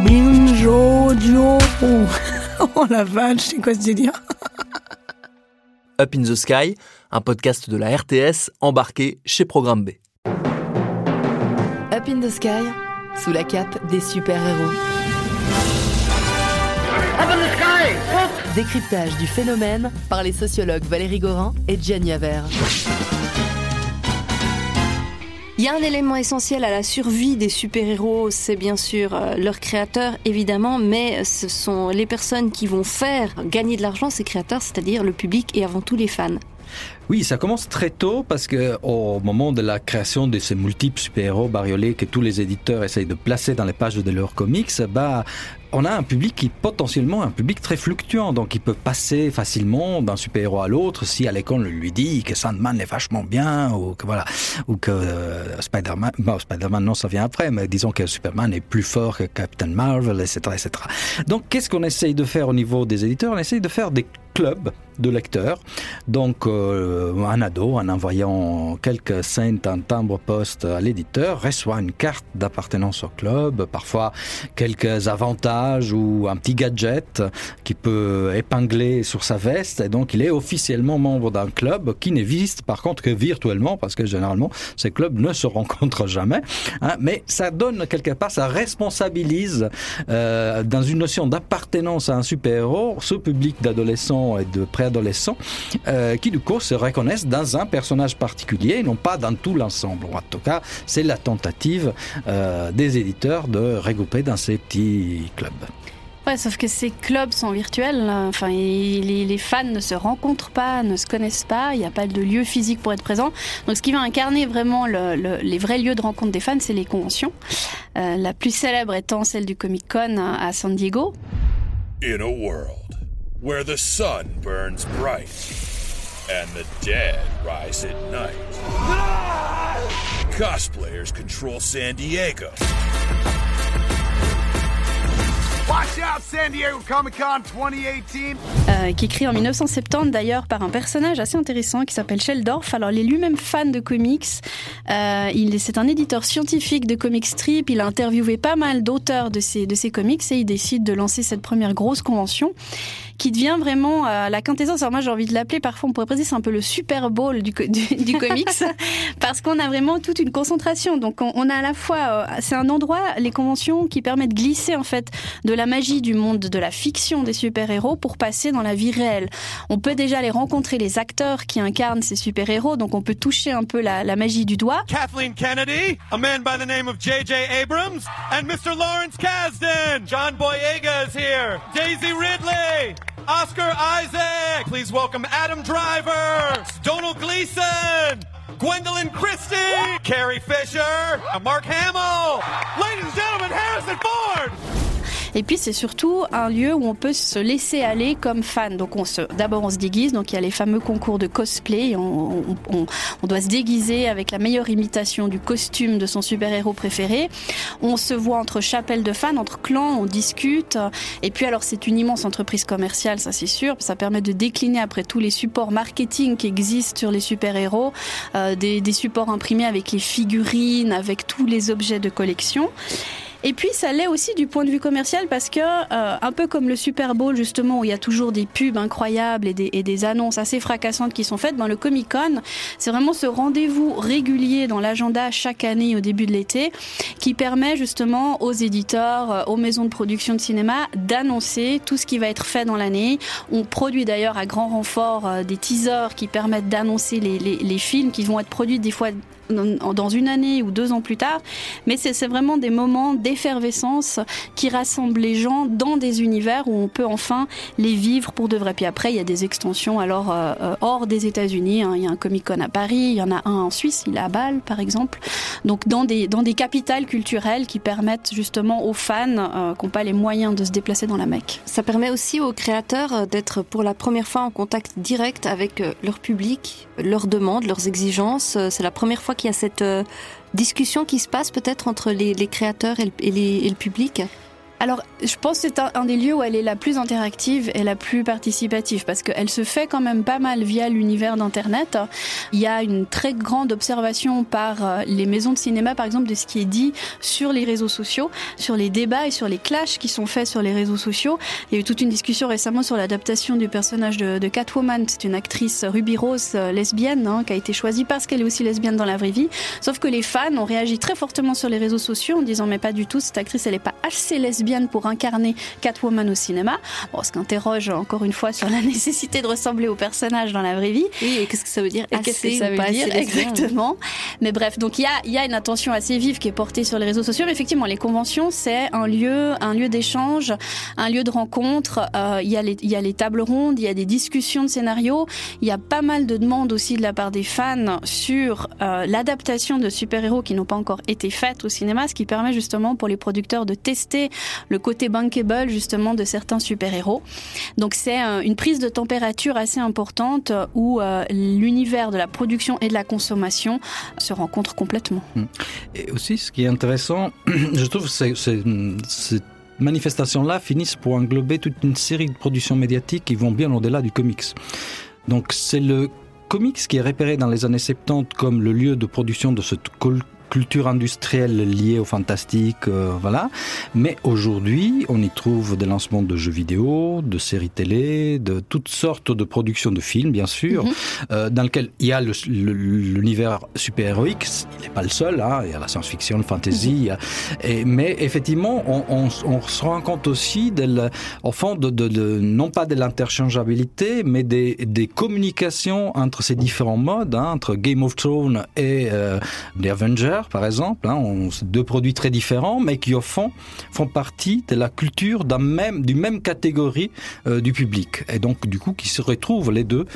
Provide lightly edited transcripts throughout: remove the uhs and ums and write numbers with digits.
Binge audio. Oh la vache, c'est quoi ce délire? Up in the Sky, un podcast de la RTS embarqué chez Programme B. Up in the Sky, sous la cape des super-héros. Up in the sky! Décryptage du phénomène par les sociologues Valérie Gorin et Jen Yaver. Il y a un élément essentiel à la survie des super-héros, c'est bien sûr leurs créateurs, évidemment, mais ce sont les personnes qui vont faire gagner de l'argent, ces créateurs, c'est-à-dire le public et avant tout les fans. Oui, ça commence très tôt parce que au moment de la création de ces multiples super-héros bariolés que tous les éditeurs essayent de placer dans les pages de leurs comics, on a un public qui est potentiellement un public très fluctuant, donc il peut passer facilement d'un super-héros à l'autre si à l'école on lui dit que Sandman est vachement bien ou que Spider-Man, Spider-Man non, ça vient après, mais disons que Superman est plus fort que Captain Marvel, etc., etc. Donc qu'est-ce qu'on essaye de faire au niveau des éditeurs? On essaye de faire des clubs de lecteurs. Donc un ado, en envoyant quelques cents, un timbre-poste à l'éditeur, reçoit une carte d'appartenance au club, parfois quelques avantages ou un petit gadget qui peut épingler sur sa veste, et donc il est officiellement membre d'un club qui n'existe par contre que virtuellement, parce que généralement ces clubs ne se rencontrent jamais, mais ça donne quelque part, ça responsabilise dans une notion d'appartenance à un super-héros ce public d'adolescents et de préadolescents qui du coup se reconnaissent dans un personnage particulier et non pas dans tout l'ensemble. En tout cas, c'est la tentative des éditeurs de regrouper dans ces petits clubs. Ouais, sauf que ces clubs sont virtuels. Enfin, les fans ne se rencontrent pas, ne se connaissent pas. Il n'y a pas de lieu physique pour être présent. Donc, ce qui va incarner vraiment les vrais lieux de rencontre des fans, c'est les conventions. La plus célèbre étant celle du Comic-Con à San Diego. In a world where the sun burns bright and the dead rise at night, cosplayers control San Diego. Watch out, San Diego Comic-Con 2018! Qui est écrit en 1970 d'ailleurs par un personnage assez intéressant qui s'appelle Sheldorf. Alors il est lui-même fan de comics, c'est un éditeur scientifique de comic strip, il a interviewé pas mal d'auteurs de ces comics et il décide de lancer cette première grosse convention qui devient vraiment la quintessence. Alors moi j'ai envie de l'appeler, parfois on pourrait préciser, c'est un peu le Super Bowl du comics parce qu'on a vraiment toute une concentration. Donc on a à la fois, c'est un endroit, les conventions, qui permettent de glisser en fait de la magie du monde de la fiction des super-héros pour passer dans la vie réelle. On peut déjà aller rencontrer les acteurs qui incarnent ces super-héros, donc on peut toucher un peu la magie du doigt. Kathleen Kennedy, a man by the name of J.J. Abrams, and Mr. Lawrence Kasdan. John Boyega is here. Daisy Ridley. Oscar Isaac. Please welcome Adam Driver. Donald Gleason. Gwendolyn Christie. Carrie Fisher. Mark Hamill. Ladies and gentlemen, Harrison Ford. Et puis c'est surtout un lieu où on peut se laisser aller comme fan. Donc d'abord on se déguise, donc il y a les fameux concours de cosplay, on doit se déguiser avec la meilleure imitation du costume de son super-héros préféré. On se voit entre chapelles de fans, entre clans, on discute. Et puis alors c'est une immense entreprise commerciale, ça c'est sûr. Ça permet de décliner après tous les supports marketing qui existent sur les super-héros, des supports imprimés avec les figurines, avec tous les objets de collection. Et puis ça l'est aussi du point de vue commercial parce que un peu comme le Super Bowl justement où il y a toujours des pubs incroyables et des annonces assez fracassantes qui sont faites, le Comic-Con c'est vraiment ce rendez-vous régulier dans l'agenda chaque année au début de l'été qui permet justement aux éditeurs, aux maisons de production de cinéma d'annoncer tout ce qui va être fait dans l'année. On produit d'ailleurs à grand renfort des teasers qui permettent d'annoncer les films qui vont être produits des fois dans une année ou 2 ans plus tard, mais c'est vraiment des moments d'effervescence qui rassemblent les gens dans des univers où on peut enfin les vivre pour de vrai. Puis après, il y a des extensions alors hors des États-Unis. Il y a un Comic-Con à Paris, il y en a un en Suisse, il est à Bâle par exemple. Donc dans des capitales culturelles qui permettent justement aux fans qui n'ont pas les moyens de se déplacer dans la Mecque. Ça permet aussi aux créateurs d'être pour la première fois en contact direct avec leur public, leurs demandes, leurs exigences. C'est la première fois qu'il y a cette discussion qui se passe peut-être entre les créateurs et le public. Alors, je pense que c'est un des lieux où elle est la plus interactive et la plus participative, parce qu'elle se fait quand même pas mal via l'univers d'Internet. Il y a une très grande observation par les maisons de cinéma, par exemple, de ce qui est dit sur les réseaux sociaux, sur les débats et sur les clashs qui sont faits sur les réseaux sociaux. Il y a eu toute une discussion récemment sur l'adaptation du personnage de Catwoman. C'est une actrice Ruby Rose lesbienne qui a été choisie parce qu'elle est aussi lesbienne dans la vraie vie. Sauf que les fans ont réagi très fortement sur les réseaux sociaux en disant mais pas du tout, cette actrice elle n'est pas assez lesbienne pour incarner Catwoman au cinéma. Bon, ce qui interroge encore une fois sur la nécessité de ressembler au personnage dans la vraie vie. Oui, et qu'est-ce que ça veut dire? Qu'est-ce que ça veut dire exactement? Mais bref, donc il y a une attention assez vive qui est portée sur les réseaux sociaux. Mais effectivement, les conventions, c'est un lieu d'échange, un lieu de rencontre. Il y a les tables rondes, il y a des discussions de scénarios. Il y a pas mal de demandes aussi de la part des fans sur l'adaptation de super-héros qui n'ont pas encore été faites au cinéma, ce qui permet justement pour les producteurs de tester le côté bankable justement de certains super-héros. Donc c'est une prise de température assez importante où l'univers de la production et de la consommation se rencontrent complètement. Et aussi, ce qui est intéressant, je trouve, c'est cette manifestation-là finissent pour englober toute une série de productions médiatiques qui vont bien au-delà du comics. Donc c'est le comics qui est repéré dans les années 70 comme le lieu de production de cette culture industrielle liée au fantastique, voilà. Mais aujourd'hui, on y trouve des lancements de jeux vidéo, de séries télé, de toutes sortes de productions de films, bien sûr, dans lequel il y a l'univers super-héroïque. Il n'est pas le seul, il y a la science-fiction, le fantasy. Mais effectivement, on se rend compte aussi, au fond, non pas de l'interchangeabilité, mais des communications entre ces différents modes, entre Game of Thrones et The Avengers, par exemple, deux produits très différents, mais qui au fond font partie de la culture du même catégorie du public, et donc du coup qui se retrouvent les deux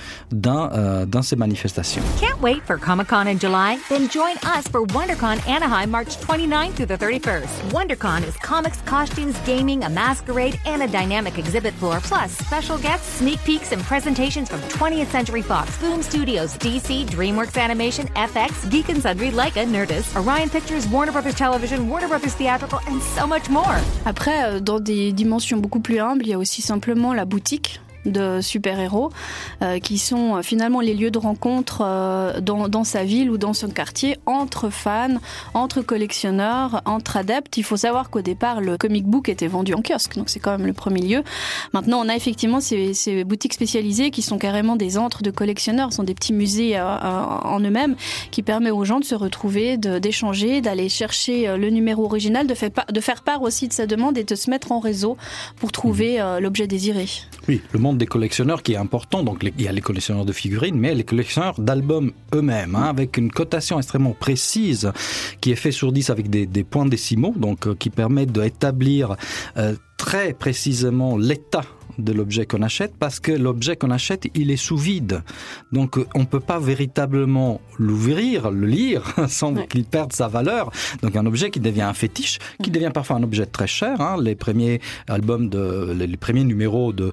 dans ces manifestations. Can't wait for Comic-Con in July? Then join us for WonderCon Anaheim, March 29th through the 31st. WonderCon is comics, costumes, gaming, a masquerade, and a dynamic exhibit floor, plus special guests, sneak peeks, and presentations from 20th Century Fox, Boom Studios, DC, DreamWorks Animation, FX, Geek and Sundry, Leica, Nerdist, Orion Pictures, Warner Brothers Television, Warner Brothers Theatrical, and so much more. Après, dans des dimensions beaucoup plus humbles, il y a aussi simplement la boutique de super-héros qui sont finalement les lieux de rencontre dans sa ville ou dans son quartier entre fans, entre collectionneurs, entre adeptes. Il faut savoir qu'au départ, le comic book était vendu en kiosque, donc c'est quand même le premier lieu. Maintenant, on a effectivement ces boutiques spécialisées qui sont carrément des antres de collectionneurs, sont des petits musées en eux-mêmes qui permettent aux gens de se retrouver, d'échanger, d'aller chercher le numéro original, de faire part aussi de sa demande et de se mettre en réseau pour trouver l'objet désiré. Oui, le monde des collectionneurs qui est important, donc il y a les collectionneurs de figurines, mais les collectionneurs d'albums eux-mêmes, avec une cotation extrêmement précise qui est faite sur 10 avec des points décimaux, donc qui permettent d'établir très précisément l'état de l'objet qu'on achète, parce que l'objet qu'on achète, il est sous vide. Donc, on ne peut pas véritablement l'ouvrir, le lire, sans qu'il perde sa valeur. Donc, un objet qui devient un fétiche, qui devient parfois un objet très cher. Les premiers albums, les premiers numéros de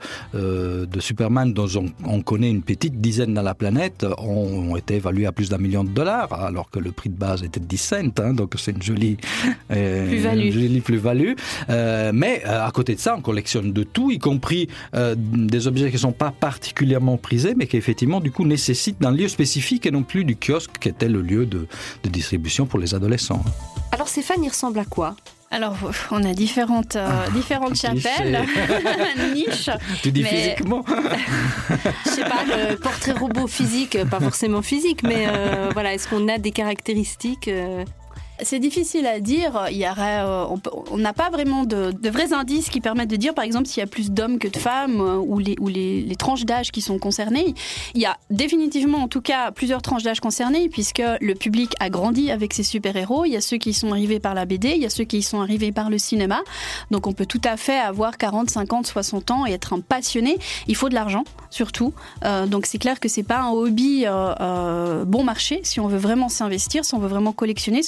Superman, dont on connaît une petite dizaine dans la planète, ont été évalués à plus d'$1 million, alors que le prix de base était de 10 cents. Donc, c'est une jolie plus-value. Mais, à côté de ça, on collectionne de tout, y compris des objets qui ne sont pas particulièrement prisés, mais qui effectivement du coup nécessitent un lieu spécifique et non plus du kiosque qui était le lieu de distribution pour les adolescents. Alors ces fans, ils ressemblent à quoi ? Alors, on a différentes chapelles, niches. Tu dis physiquement. Je sais pas, le portrait robot physique, pas forcément physique, mais voilà, est-ce qu'on a des caractéristiques C'est difficile à dire. On n'a pas vraiment de vrais indices qui permettent de dire, par exemple, s'il y a plus d'hommes que de femmes ou les tranches d'âge qui sont concernées. Il y a définitivement, en tout cas, plusieurs tranches d'âge concernées, puisque le public a grandi avec ces super-héros. Il y a ceux qui sont arrivés par la BD, il y a ceux qui sont arrivés par le cinéma. Donc, on peut tout à fait avoir 40, 50, 60 ans et être un passionné. Il faut de l'argent, surtout. Donc, c'est clair que c'est pas un hobby bon marché si on veut vraiment s'investir, si on veut vraiment collectionner, si on veut vraiment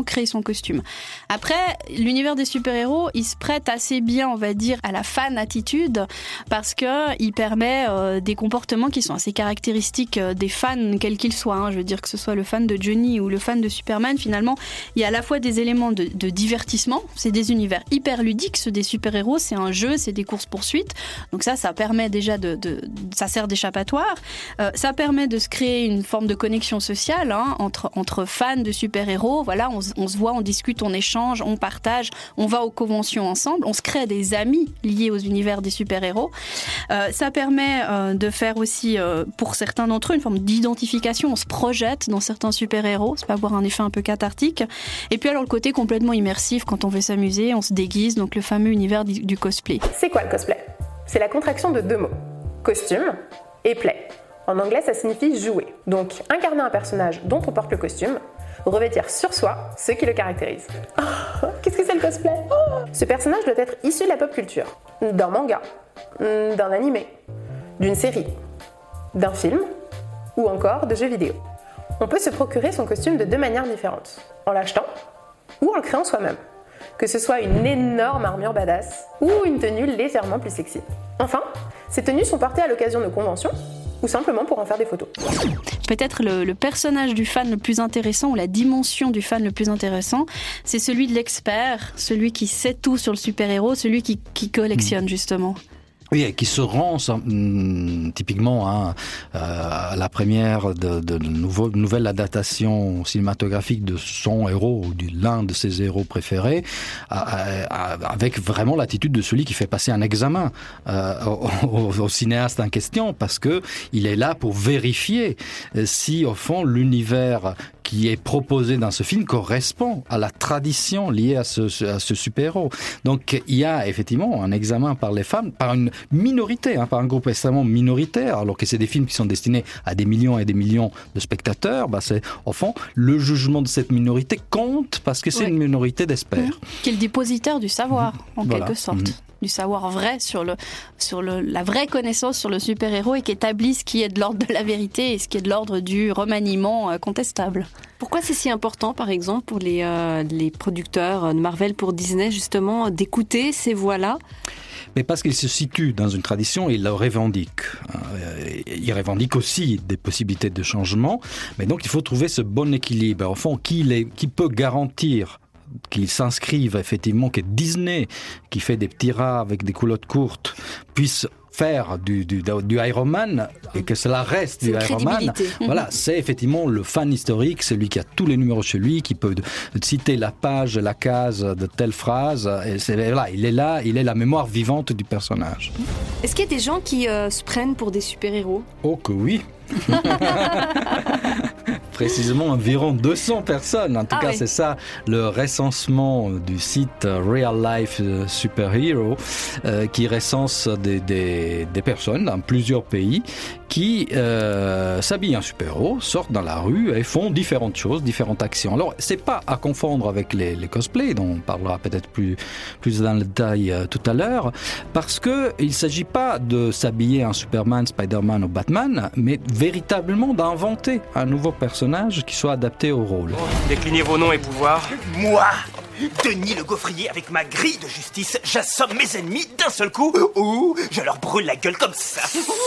comment créer son costume. Après, l'univers des super-héros, il se prête assez bien, on va dire, à la fan-attitude parce qu'il permet des comportements qui sont assez caractéristiques des fans, quels qu'ils soient. Hein. Je veux dire que ce soit le fan de Johnny ou le fan de Superman, finalement, il y a à la fois des éléments de divertissement, c'est des univers hyper ludiques, ceux des super-héros, c'est un jeu, c'est des courses-poursuites. Donc ça permet déjà ça sert d'échappatoire. Ça permet de se créer une forme de connexion sociale hein, entre fans de super-héros. Voilà, on se voit, on discute, on échange, on partage, on va aux conventions ensemble, on se crée des amis liés aux univers des super-héros. Ça permet de faire aussi, pour certains d'entre eux, une forme d'identification. On se projette dans certains super-héros. Ça peut avoir un effet un peu cathartique. Et puis alors le côté complètement immersif, quand on veut s'amuser, on se déguise, donc le fameux univers du cosplay. C'est quoi le cosplay ? C'est la contraction de deux mots, costume et play. En anglais, ça signifie jouer. Donc, incarner un personnage dont on porte le costume, revêtir sur soi ce qui le caractérise. Oh, qu'est-ce que c'est le cosplay ? Ce personnage doit être issu de la pop culture, d'un manga, d'un animé, d'une série, d'un film ou encore de jeux vidéo. On peut se procurer son costume de deux manières différentes, en l'achetant ou en le créant soi-même. Que ce soit une énorme armure badass ou une tenue légèrement plus sexy. Enfin, ces tenues sont portées à l'occasion de conventions ou simplement pour en faire des photos. Peut-être le personnage du fan le plus intéressant ou la dimension du fan le plus intéressant, c'est celui de l'expert, celui qui sait tout sur le super-héros, celui qui collectionne justement. Oui, et qui se rend typiquement à la première de nouvelle adaptation cinématographique de son héros ou de l'un de ses héros préférés, avec vraiment l'attitude de celui qui fait passer un examen au cinéaste en question, parce que il est là pour vérifier si au fond l'univers qui est proposé dans ce film correspond à la tradition liée à ce super-héros. Donc il y a effectivement un examen par les fans, par une minorité, par un groupe extrêmement minoritaire, alors que c'est des films qui sont destinés à des millions et des millions de spectateurs. C'est au fond le jugement de cette minorité compte parce que c'est une minorité d'experts. Qui est le dépositeur du savoir, en quelque sorte. Du savoir vrai sur la vraie connaissance sur le super-héros et qui établit ce qui est de l'ordre de la vérité et ce qui est de l'ordre du remaniement contestable. Pourquoi c'est si important, par exemple, pour les producteurs de Marvel, pour Disney, justement, d'écouter ces voix-là ? Mais parce qu'il se situe dans une tradition, il le revendique. Il revendique aussi des possibilités de changement, mais donc il faut trouver ce bon équilibre. Au fond, qui peut garantir qu'il s'inscrive effectivement, que Disney, qui fait des petits rats avec des culottes courtes, puisse faire du Iron Man et que cela reste du Iron Man. Voilà, c'est effectivement le fan historique, celui qui a tous les numéros chez lui, qui peut citer la page, la case de telle phrase. Et il est là, il est la mémoire vivante du personnage. Est-ce qu'il y a des gens qui se prennent pour des super-héros ? Oh que oui. Précisément environ 200 personnes. En tout cas, c'est ça le recensement du site Real Life Superhero qui recense des personnes dans plusieurs pays qui s'habillent en super-héros, sortent dans la rue et font différentes choses, différentes actions. Alors, c'est pas à confondre avec les cosplays, dont on parlera peut-être plus dans le détail tout à l'heure, parce que il s'agit pas de s'habiller en Superman, Spider-Man ou Batman, mais véritablement d'inventer un nouveau personnage qui soit adapté au rôle. Déclinez vos noms et pouvoirs. Moi, Denis le Gaufrier, avec ma grille de justice, j'assomme mes ennemis d'un seul coup ou je leur brûle la gueule comme ça.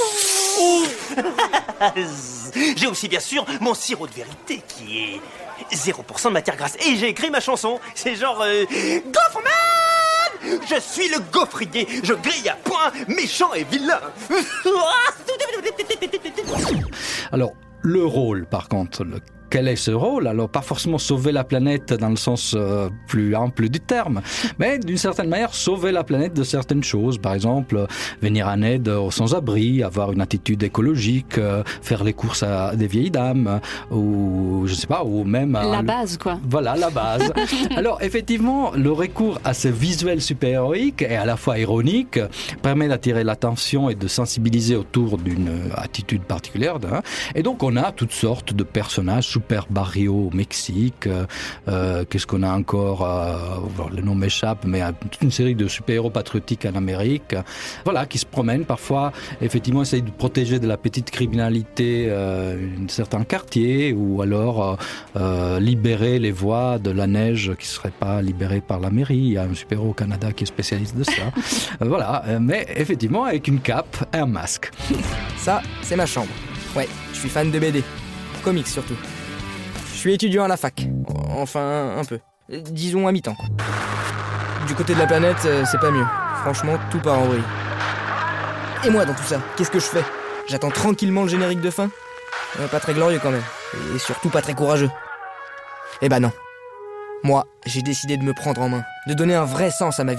J'ai aussi bien sûr mon sirop de vérité qui est 0% de matière grasse. Et j'ai écrit ma chanson, c'est genre Gaufreman! Je suis le gaufrier, je grille à point, méchant et vilain. Alors, le rôle, par contre, quel est ce rôle ? Alors, pas forcément sauver la planète dans le sens plus ample du terme, mais d'une certaine manière, sauver la planète de certaines choses. Par exemple, venir en aide aux sans-abri, avoir une attitude écologique, faire les courses à des vieilles dames, ou je sais pas, ou même... La base, quoi. Voilà, la base. Alors, effectivement, le recours à ce visuel super-héroïque et à la fois ironique permet d'attirer l'attention et de sensibiliser autour d'une attitude particulière. Et donc, on a toutes sortes de personnages super barrio au Mexique. Qu'est-ce qu'on a encore le nom m'échappe, mais toute une série de super-héros patriotiques en Amérique. Voilà, qui se promènent parfois, effectivement, essayent de protéger de la petite criminalité un certain quartier, ou alors libérer les voies de la neige qui ne seraient pas libérées par la mairie. Il y a un super-héros au Canada qui est spécialiste de ça. Voilà, mais effectivement avec une cape et un masque. Ça, c'est ma chambre. Ouais, je suis fan de BD. Comics surtout. Je suis étudiant à la fac. Enfin, un peu. Disons à mi-temps, quoi. Du côté de la planète, c'est pas mieux. Franchement, tout part en vrille. Et moi, dans tout ça, qu'est-ce que je fais ? J'attends tranquillement le générique de fin ? Pas très glorieux quand même. Et surtout pas très courageux. Eh ben non. Moi, j'ai décidé de me prendre en main, de donner un vrai sens à ma vie.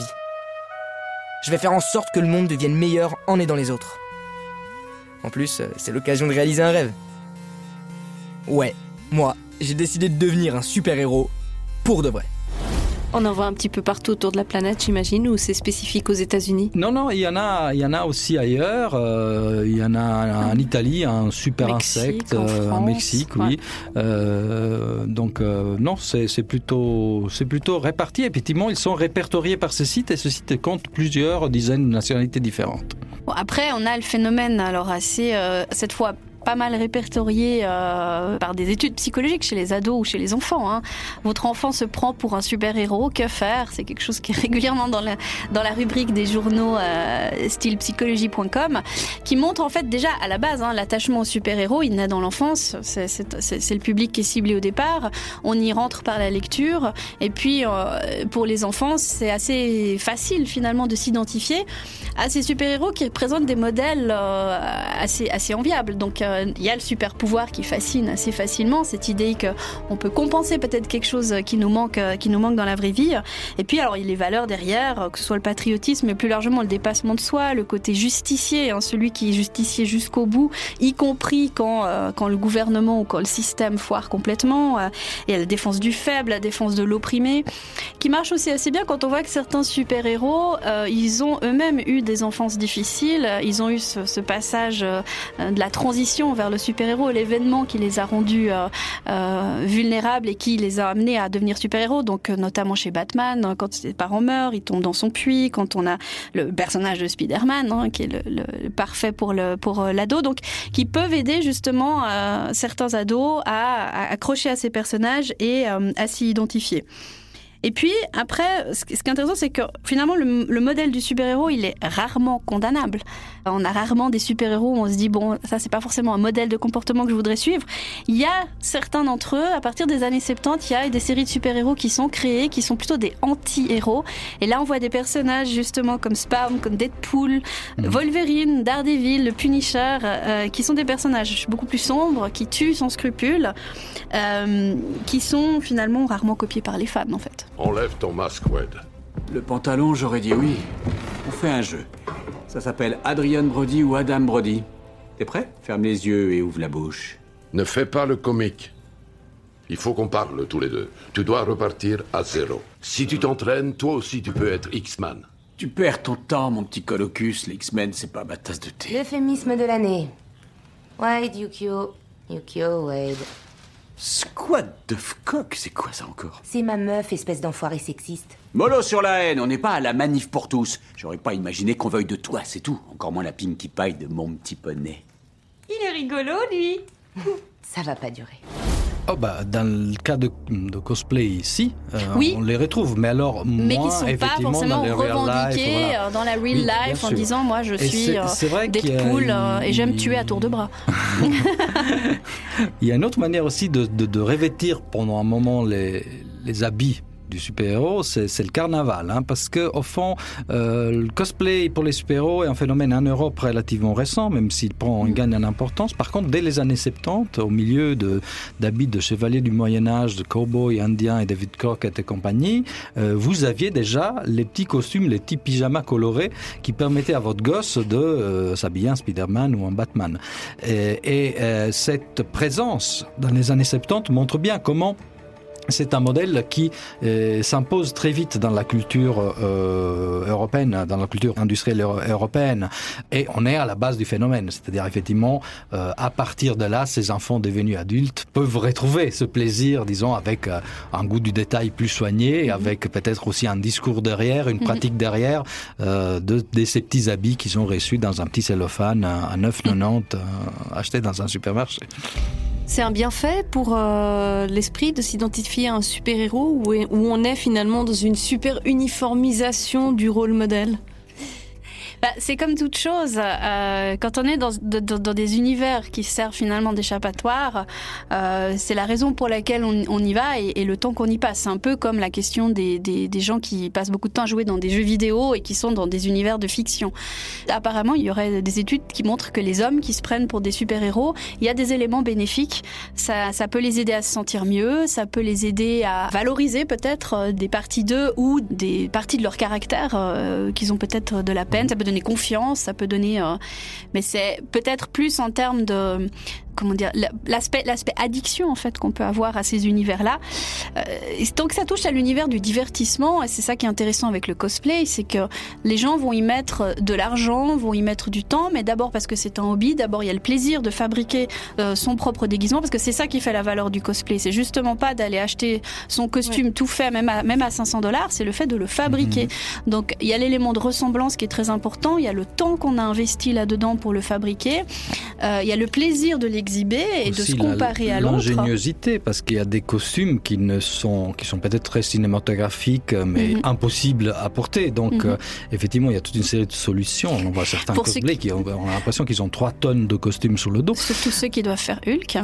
Je vais faire en sorte que le monde devienne meilleur en aidant les autres. En plus, c'est l'occasion de réaliser un rêve. Ouais, moi, j'ai décidé de devenir un super-héros pour de vrai. On en voit un petit peu partout autour de la planète, j'imagine, ou c'est spécifique aux États-unis ? Non, il y en a aussi ailleurs. Il y en a en Italie, un super insecte, en Mexique, oui. Donc non, c'est plutôt réparti. Effectivement, ils sont répertoriés par ce site, et ce site compte plusieurs dizaines de nationalités différentes. Bon, après, on a le phénomène, alors assez cette fois pas mal répertorié par des études psychologiques chez les ados ou chez les enfants. Hein. Votre enfant se prend pour un super-héros, que faire ? C'est quelque chose qui est régulièrement dans la rubrique des journaux style psychologie.com, qui montre en fait déjà à la base l'attachement au super-héros, il naît dans l'enfance, c'est le public qui est ciblé au départ, on y rentre par la lecture, et puis pour les enfants, c'est assez facile finalement de s'identifier à ces super-héros qui représentent des modèles assez enviables. Donc il y a le super pouvoir qui fascine assez facilement, cette idée qu'on peut compenser peut-être quelque chose qui nous manque dans la vraie vie. Et puis alors il y a les valeurs derrière, que ce soit le patriotisme, mais plus largement le dépassement de soi, le côté justicier, celui qui est justicier jusqu'au bout, y compris quand le gouvernement ou quand le système foire complètement. Et la défense du faible, la défense de l'opprimé, qui marche aussi assez bien quand on voit que certains super-héros, ils ont eux-mêmes eu des enfances difficiles, ils ont eu ce passage de la transition vers le super-héros, l'événement qui les a rendus vulnérables et qui les a amenés à devenir super-héros. Donc notamment chez Batman, quand ses parents meurent, il tombe dans son puits. Quand on a le personnage de Spider-Man, qui est le parfait pour l'ado, donc qui peuvent aider justement certains ados à accrocher à ces personnages et à s'y identifier. Et puis, après, ce qui est intéressant, c'est que finalement, le modèle du super-héros, il est rarement condamnable. On a rarement des super-héros où on se dit, bon, ça, c'est pas forcément un modèle de comportement que je voudrais suivre. Il y a certains d'entre eux, à partir des années 70, il y a des séries de super-héros qui sont créées, qui sont plutôt des anti-héros. Et là, on voit des personnages, justement, comme Spawn, comme Deadpool, Wolverine, Daredevil, le Punisher, qui sont des personnages beaucoup plus sombres, qui tuent sans scrupule, qui sont finalement rarement copiés par les fans, en fait. Enlève ton masque, Wade. Le pantalon, j'aurais dit oui. On fait un jeu. Ça s'appelle Adrian Brody ou Adam Brody. T'es prêt ? Ferme les yeux et ouvre la bouche. Ne fais pas le comique. Il faut qu'on parle tous les deux. Tu dois repartir à zéro. Si tu t'entraînes, toi aussi tu peux être X-Man. Tu perds ton temps, mon petit colocus. Les X-Men, c'est pas ma tasse de thé. L'euphémisme de l'année. Wade, Yukio. Yukio, Wade. Squad de coq, c'est quoi ça encore ? C'est ma meuf, espèce d'enfoiré sexiste. Mollo sur la haine, on n'est pas à la manif pour tous. J'aurais pas imaginé qu'on veuille de toi, c'est tout. Encore moins la Pinkie Pie de mon petit poney. Il est rigolo, lui. Ça va pas durer. Oh bah, dans le cas de cosplay ici, oui. On les retrouve, mais alors mais moi, qui sont pas forcément revendiqués voilà. Dans la real life en disant moi je suis Deadpool et j'aime tuer à tour de bras. Il y a une autre manière aussi de revêtir pendant un moment les habits du super-héros, c'est le carnaval, parce que au fond, le cosplay pour les super-héros est un phénomène en Europe relativement récent, même s'il gagne en importance. Par contre, dès les années 70, au milieu d'habits de chevaliers du Moyen-Âge, de cow-boys indiens et David Crockett et compagnie, vous aviez déjà les petits costumes, les petits pyjamas colorés qui permettaient à votre gosse de s'habiller en Spider-Man ou en Batman. Et cette présence dans les années 70 montre bien comment c'est un modèle qui s'impose très vite dans la culture européenne européenne, dans la culture industrielle européenne. Et on est à la base du phénomène. C'est-à-dire, effectivement, à partir de là, ces enfants devenus adultes peuvent retrouver ce plaisir, disons, avec un goût du détail plus soigné, avec peut-être aussi un discours derrière, une pratique derrière, de ces petits habits qu'ils ont reçus dans un petit cellophane à 9,90 acheté dans un supermarché. C'est un bienfait pour l'esprit de s'identifier à un super-héros où on est finalement dans une super uniformisation du rôle modèle? C'est comme toute chose, quand on est dans des univers qui servent finalement d'échappatoire, c'est la raison pour laquelle on y va et le temps qu'on y passe. C'est un peu comme la question des gens qui passent beaucoup de temps à jouer dans des jeux vidéo et qui sont dans des univers de fiction. Apparemment, il y aurait des études qui montrent que les hommes qui se prennent pour des super-héros, il y a des éléments bénéfiques. Ça peut les aider à se sentir mieux, ça peut les aider à valoriser peut-être des parties d'eux ou des parties de leur caractère qu'ils ont peut-être de la peine. Ça peut donner confiance, ça peut donner... mais c'est peut-être plus en termes de... Comment dire, l'aspect addiction en fait qu'on peut avoir à ces univers-là. Donc ça touche à l'univers du divertissement et c'est ça qui est intéressant avec le cosplay, c'est que les gens vont y mettre de l'argent, vont y mettre du temps, mais d'abord parce que c'est un hobby, d'abord il y a le plaisir de fabriquer son propre déguisement parce que c'est ça qui fait la valeur du cosplay. C'est justement pas d'aller acheter son costume tout fait même à $500, c'est le fait de le fabriquer. Donc il y a l'élément de ressemblance qui est très important, il y a le temps qu'on a investi là-dedans pour le fabriquer, il y a le plaisir de l'exhiber et de se comparer à l'autre. L'ingéniosité, parce qu'il y a des costumes qui sont peut-être très cinématographiques, mais impossibles à porter. Donc, effectivement, il y a toute une série de solutions. On voit certains cosplays qui on a l'impression qu'ils ont 3 tonnes de costumes sur le dos. Surtout ceux qui doivent faire Hulk.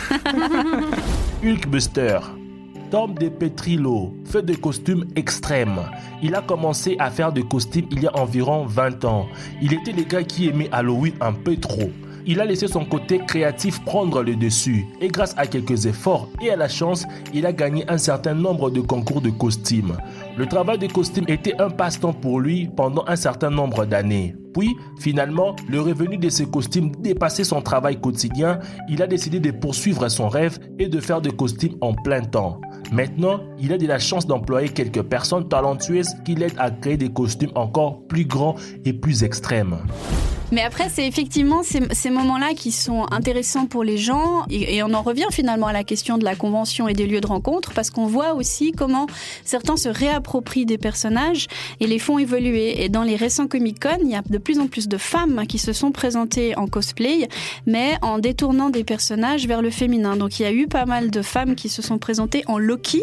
Hulkbuster. Tom DePetrillo fait des costumes extrêmes. Il a commencé à faire des costumes il y a environ 20 ans. Il était le gars qui aimait Halloween un peu trop. Il a laissé son côté créatif prendre le dessus et grâce à quelques efforts et à la chance, il a gagné un certain nombre de concours de costumes. Le travail de costume était un passe-temps pour lui pendant un certain nombre d'années. Puis, finalement, le revenu de ses costumes dépassait son travail quotidien. Il a décidé de poursuivre son rêve et de faire des costumes en plein temps. Maintenant, il a de la chance d'employer quelques personnes talentueuses qui l'aident à créer des costumes encore plus grands et plus extrêmes. Mais après, c'est effectivement ces moments-là qui sont intéressants pour les gens et on en revient finalement à la question de la convention et des lieux de rencontre parce qu'on voit aussi comment certains se réapproprient des personnages et les font évoluer. Et dans les récents Comic-Con, il y a de plus en plus de femmes qui se sont présentées en cosplay, mais en détournant des personnages vers le féminin. Donc il y a eu pas mal de femmes qui se sont présentées en Loki,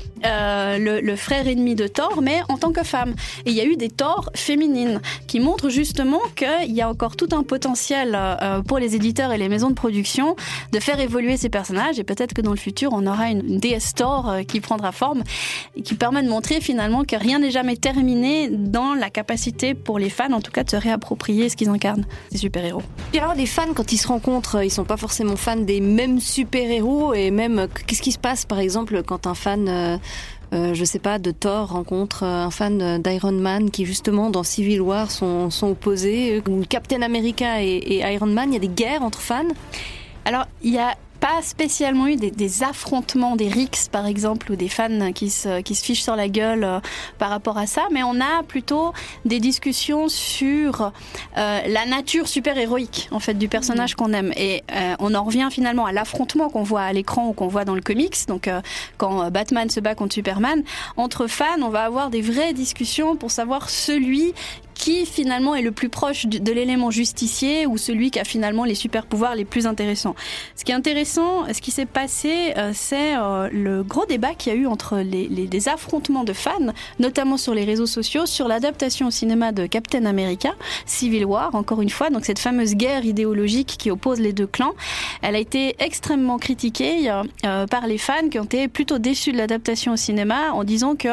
le frère ennemi de Thor, mais en tant que femme. Et il y a eu des Thor féminines qui montrent justement qu'il y a encore tout un potentiel pour les éditeurs et les maisons de production de faire évoluer ces personnages et peut-être que dans le futur on aura une déesse Thor qui prendra forme et qui permet de montrer finalement que rien n'est jamais terminé dans la capacité pour les fans en tout cas de se réapproprier ce qu'ils incarnent, ces super-héros. Et alors les fans quand ils se rencontrent, ils sont pas forcément fans des mêmes super-héros et même qu'est-ce qui se passe par exemple quand un fan je sais pas, de Thor rencontre un fan d'Iron Man qui justement dans Civil War sont opposés, ou Captain America et Iron Man, il y a des guerres entre fans. Alors il y a pas spécialement eu des affrontements, des rixes par exemple, ou des fans qui se fichent sur la gueule par rapport à ça, mais on a plutôt des discussions sur la nature super-héroïque en fait du personnage qu'on aime. Et on en revient finalement à l'affrontement qu'on voit à l'écran ou qu'on voit dans le comics. Donc quand Batman se bat contre Superman, entre fans, on va avoir des vraies discussions pour savoir celui qui finalement est le plus proche de l'élément justicier ou celui qui a finalement les super pouvoirs les plus intéressants. Ce qui est intéressant, ce qui s'est passé, c'est le gros débat qu'il y a eu entre des affrontements de fans, notamment sur les réseaux sociaux, sur l'adaptation au cinéma de Captain America, Civil War, encore une fois, donc cette fameuse guerre idéologique qui oppose les deux clans. Elle a été extrêmement critiquée par les fans qui ont été plutôt déçus de l'adaptation au cinéma en disant que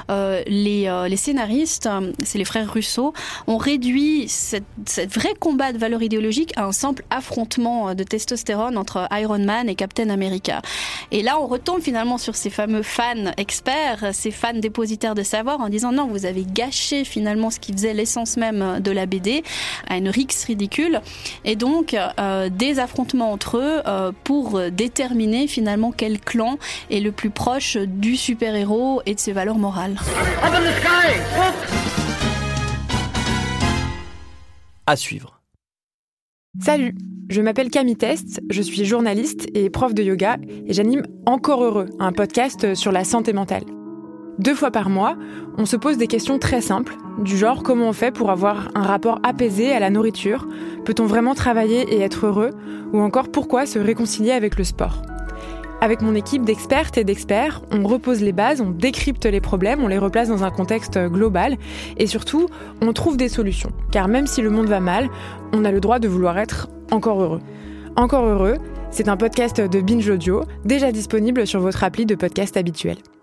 les scénaristes, c'est les frères Russo, ont réduit cette vrai combat de valeur idéologique à un simple affrontement de testostérone entre Iron Man et Captain America. Et là, on retombe finalement sur ces fameux fans experts, ces fans dépositaires de savoir en disant non, vous avez gâché finalement ce qui faisait l'essence même de la BD à une rixe ridicule. Et donc, des affrontements entre eux pour déterminer finalement quel clan est le plus proche du super-héros et de ses valeurs morales. À suivre. Salut, je m'appelle Camille Test, je suis journaliste et prof de yoga et j'anime Encore Heureux, un podcast sur la santé mentale. 2 fois par mois, on se pose des questions très simples, du genre comment on fait pour avoir un rapport apaisé à la nourriture, peut-on vraiment travailler et être heureux, ou encore pourquoi se réconcilier avec le sport. Avec mon équipe d'expertes et d'experts, on repose les bases, on décrypte les problèmes, on les replace dans un contexte global et surtout, on trouve des solutions. Car même si le monde va mal, on a le droit de vouloir être encore heureux. Encore Heureux, c'est un podcast de Binge Audio, déjà disponible sur votre appli de podcast habituel.